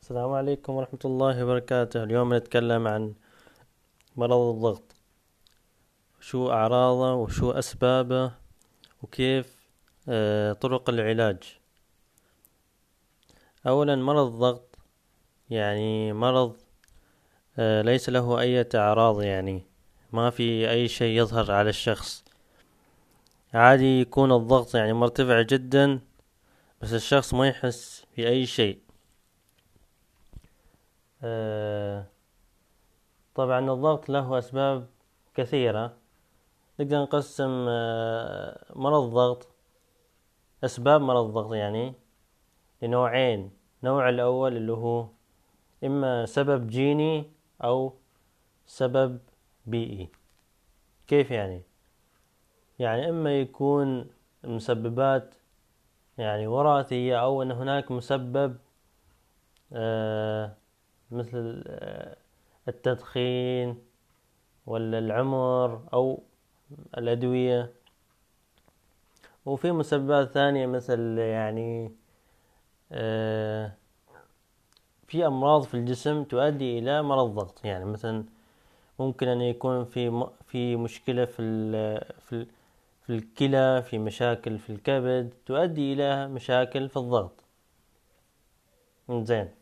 السلام عليكم ورحمة الله وبركاته. اليوم نتكلم عن مرض الضغط، شو أعراضه وشو أسبابه وكيف طرق العلاج. أولا، مرض الضغط يعني مرض ليس له أي أعراض، يعني ما في أي شيء يظهر على الشخص. عادي يكون الضغط يعني مرتفع جدا بس الشخص ما يحس بأي شيء. آه، طبعا الضغط له أسباب كثيرة. نقدر نقسم مرض الضغط، أسباب مرض الضغط يعني لنوعين. النوع الأول اللي هو إما سبب جيني أو سبب بيئي. كيف يعني؟ يعني إما يكون المسببات يعني وراثية، أو أن هناك مسبب آه مثل التدخين ولا العمر أو الأدوية. وفي مسببات ثانية مثل يعني آه في أمراض في الجسم تؤدي إلى مرض الضغط. يعني مثلا ممكن أن يكون في مشكلة في الكلى، في مشاكل في الكبد تؤدي إلى مشاكل في الضغط. زين.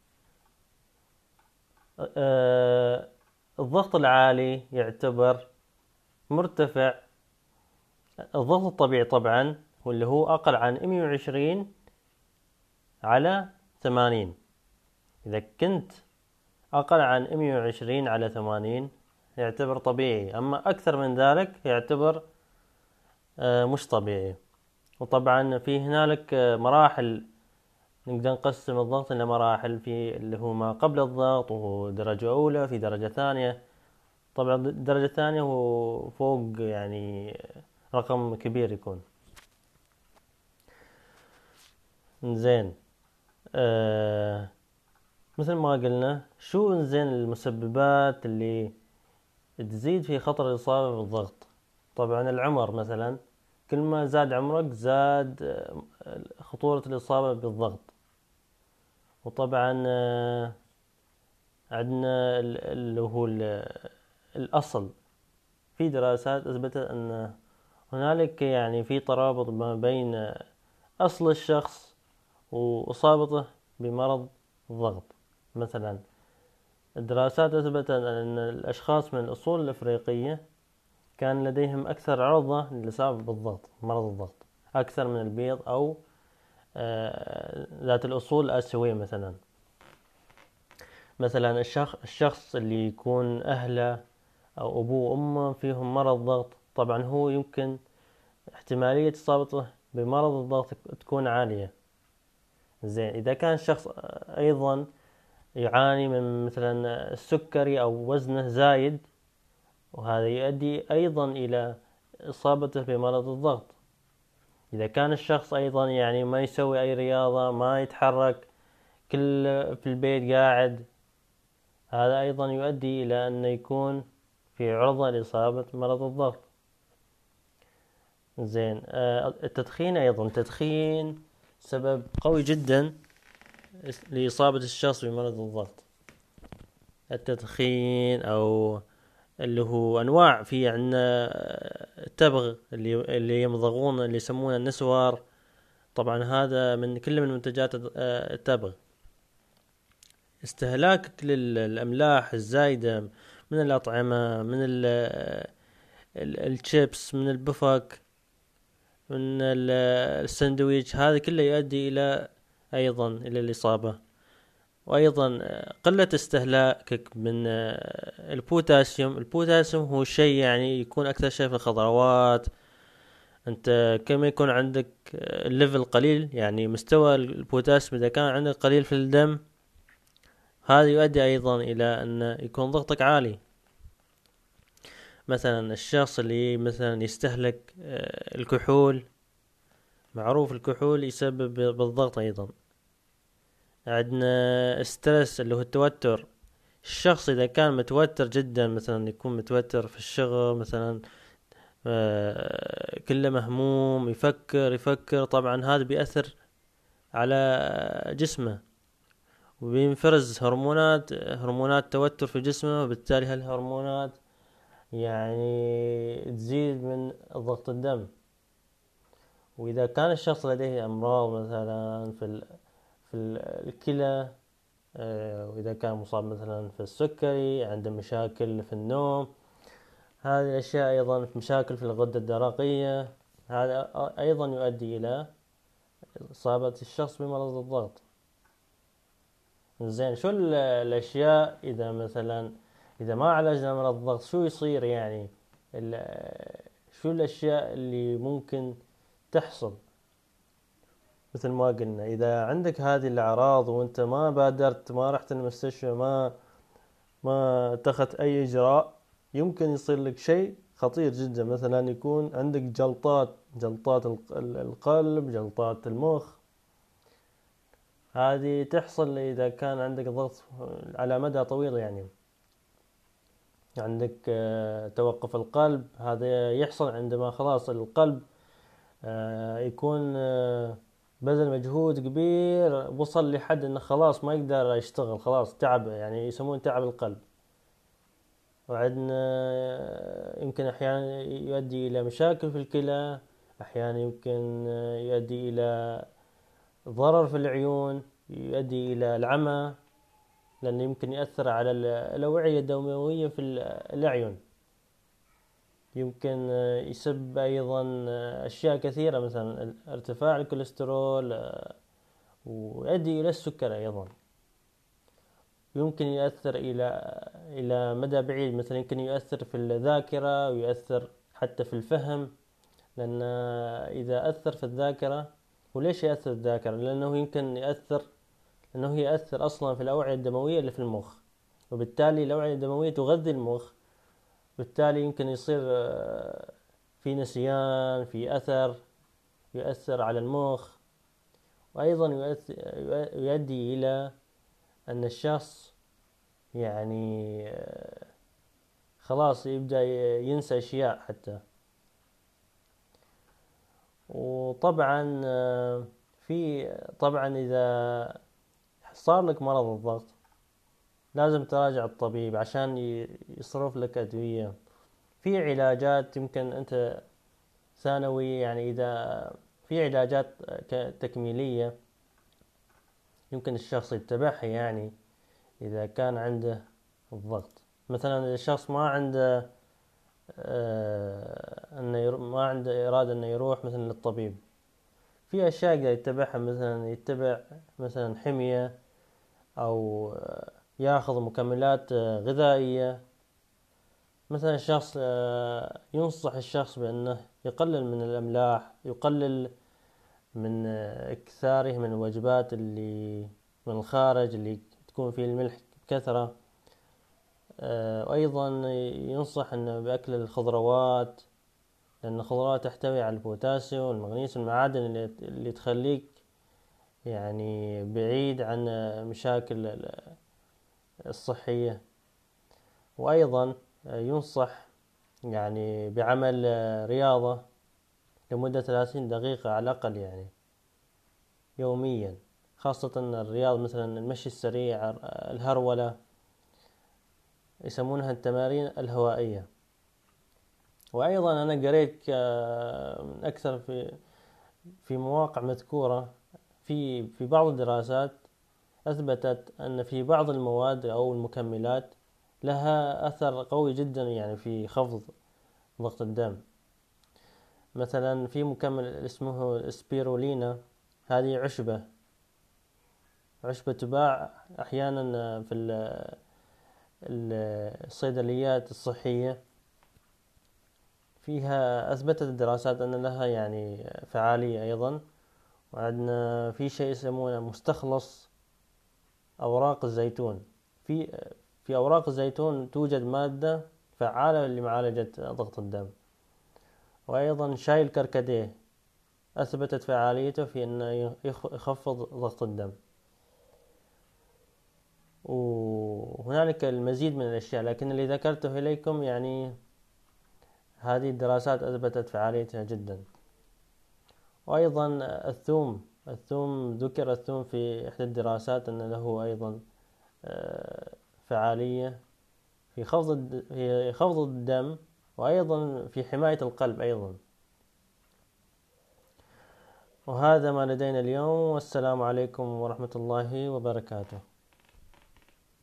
آه الضغط العالي يعتبر مرتفع. الضغط الطبيعي طبعا واللي هو أقل عن 120 على 80. إذا كنت أقل عن 120 على 80 يعتبر طبيعي، أما أكثر من ذلك يعتبر مش طبيعي. وطبعا في هنالك مراحل. نقدر نقسم الضغط إلى مراحل، في اللي هو ما قبل الضغط وهو درجة أولى، في درجة ثانية. طبعا الدرجة الثانية هو فوق يعني رقم كبير يكون. زين. آه مثل ما قلنا، شو زين المسببات اللي تزيد في خطر الإصابة بالضغط؟ طبعا العمر مثلا، كل ما زاد عمرك زاد خطورة الإصابة بالضغط. وطبعا عندنا اللي هو الأصل. في دراسات أثبتت أن هنالك يعني في ترابط ما بين أصل الشخص وإصابته بمرض الضغط. مثلا الدراسات أثبتت أن الأشخاص من الأصول الأفريقية كان لديهم أكثر عرضة للإصابة بالضغط، مرض الضغط، أكثر من البيض أو ذات الأصول الآسيوية. مثلا الشخص اللي يكون أهله أو أبوه وأمه فيهم مرض ضغط، طبعا هو يمكن احتمالية إصابته بمرض الضغط تكون عالية. زين. إذا كان شخص أيضا يعاني من مثلا السكري أو وزنه زايد، وهذا يؤدي أيضا إلى إصابته بمرض الضغط. إذا كان الشخص أيضا يعني ما يسوي أي رياضة، ما يتحرك، كل في البيت قاعد، هذا أيضا يؤدي إلى أن يكون في عرضة لإصابة مرض الضغط. زين. التدخين أيضا، التدخين سبب قوي جدا لإصابة الشخص بمرض الضغط. التدخين أو اللي هو أنواع، في عندنا التبغ اللي يمضغون، اللي يسمونه النسوار. طبعا هذا من كل من منتجات التبغ. استهلاكك للأملاح الزايدة من الأطعمة، من الشيبس، من البفك، من السندويش، هذا كله يؤدي إلى أيضا إلى الإصابة. وأيضا قلة استهلاكك من البوتاسيوم. البوتاسيوم هو شيء يعني يكون أكثر شيء في الخضروات. أنت كما يكون عندك الليفل قليل، يعني مستوى البوتاسيوم إذا كان عندك قليل في الدم، هذا يؤدي أيضا إلى أن يكون ضغطك عالي. مثلا الشخص اللي مثلا يستهلك الكحول، معروف الكحول يسبب بالضغط أيضا. عندنا ستريس اللي هو التوتر. الشخص إذا كان متوتر جدا، مثلا يكون متوتر في الشغل مثلا، كله مهموم، يفكر، طبعا هذا بيأثر على جسمه. وبينفرز هرمونات توتر في جسمه، وبالتالي هالهرمونات يعني تزيد من ضغط الدم. وإذا كان الشخص لديه أمراض مثلا في الكلى، وإذا كان مصاب مثلا في السكري، عنده مشاكل في النوم، هذه الأشياء أيضا في مشاكل في الغدة الدرقية، هذا أيضا يؤدي إلى إصابة الشخص بمرض الضغط. زين، شو الأشياء إذا مثلا إذا ما عالجنا مرض الضغط شو يصير يعني؟ شو الأشياء اللي ممكن تحصل؟ مثل ما قلنا، إذا عندك هذه الأعراض وأنت ما بادرت، ما رحت المستشفى، ما اتخذت أي إجراء، يمكن يصير لك شيء خطير جدا. مثلا يكون عندك جلطات القلب، جلطات المخ. هذه تحصل إذا كان عندك ضغط على مدى طويل. يعني عندك توقف القلب، هذا يحصل عندما خلاص القلب يكون بذل مجهود كبير، وصل لحد انه خلاص ما يقدر يشتغل، خلاص تعب، يعني يسمون تعب القلب. وعندنا يمكن احيانا يؤدي الى مشاكل في الكلى، احيانا يمكن يؤدي الى ضرر في العيون، يؤدي الى العمى، لانه يمكن يأثر على الأوعية الدموية في الأعين. يمكن يسبب أيضا أشياء كثيرة، مثلا ارتفاع الكوليسترول، ويؤدي إلى السكر أيضا. يمكن يؤثر إلى مدى بعيد، مثلا يمكن يؤثر في الذاكرة، ويؤثر حتى في الفهم. لأن إذا أثر في الذاكرة، وليش يأثر في الذاكرة؟ لأنه يمكن يأثر أصلا في الأوعية الدموية اللي في المخ، وبالتالي الأوعية الدموية تغذي المخ، بالتالي يمكن يصير في نسيان، في أثر، يؤثر على المخ. وأيضا يؤدي إلى أن الشخص يعني خلاص يبدأ ينسى أشياء حتى. وطبعا طبعا إذا صار لك مرض الضغط لازم تراجع الطبيب عشان يصرف لك أدوية. في علاجات يمكن أنت ثانوي، يعني إذا في علاجات تكميلية يمكن الشخص يتبعها، يعني إذا كان عنده الضغط. مثلا الشخص ما عنده ما عنده إرادة أنه يروح مثلا للطبيب، في أشياء يقدر يتبعها. مثلا يتبع مثلا حمية، أو يأخذ مكملات غذائية. مثلا الشخص ينصح الشخص بأنه يقلل من الأملاح، يقلل من إكثاره من الوجبات اللي من الخارج اللي تكون فيه الملح بكثرة. وأيضا ينصح أنه بأكل الخضروات، لأن الخضروات تحتوي على البوتاسيوم والمغنيسيوم، المعادن اللي تخليك يعني بعيد عن مشاكل الصحية. وأيضا ينصح يعني بعمل رياضة لمدة 30 دقيقة على الأقل، يعني يوميا، خاصة الرياض مثلا المشي السريع، الهرولة، يسمونها التمارين الهوائية. وأيضا أنا قريت من أكثر في مواقع مذكورة، في بعض الدراسات أثبتت أن في بعض المواد أو المكملات لها أثر قوي جدا يعني في خفض ضغط الدم. مثلا في مكمل اسمه السبيرولينا، هذه عشبة تباع أحيانا في الصيدليات الصحية. فيها أثبتت الدراسات أن لها يعني فعالية أيضا. وعندنا في شيء يسمونه مستخلص أوراق الزيتون. في أوراق الزيتون توجد مادة فعالة لمعالجة ضغط الدم. وأيضا شاي الكركديه أثبتت فعاليته في أنه يخفض ضغط الدم. وهنالك المزيد من الأشياء، لكن اللي ذكرته إليكم يعني هذه الدراسات أثبتت فعاليتها جدا. وأيضا الثوم ذكر الثوم في إحدى الدراسات أن له أيضا فعالية في خفض الدم، وأيضا في حماية القلب أيضا. وهذا ما لدينا اليوم، والسلام عليكم ورحمة الله وبركاته.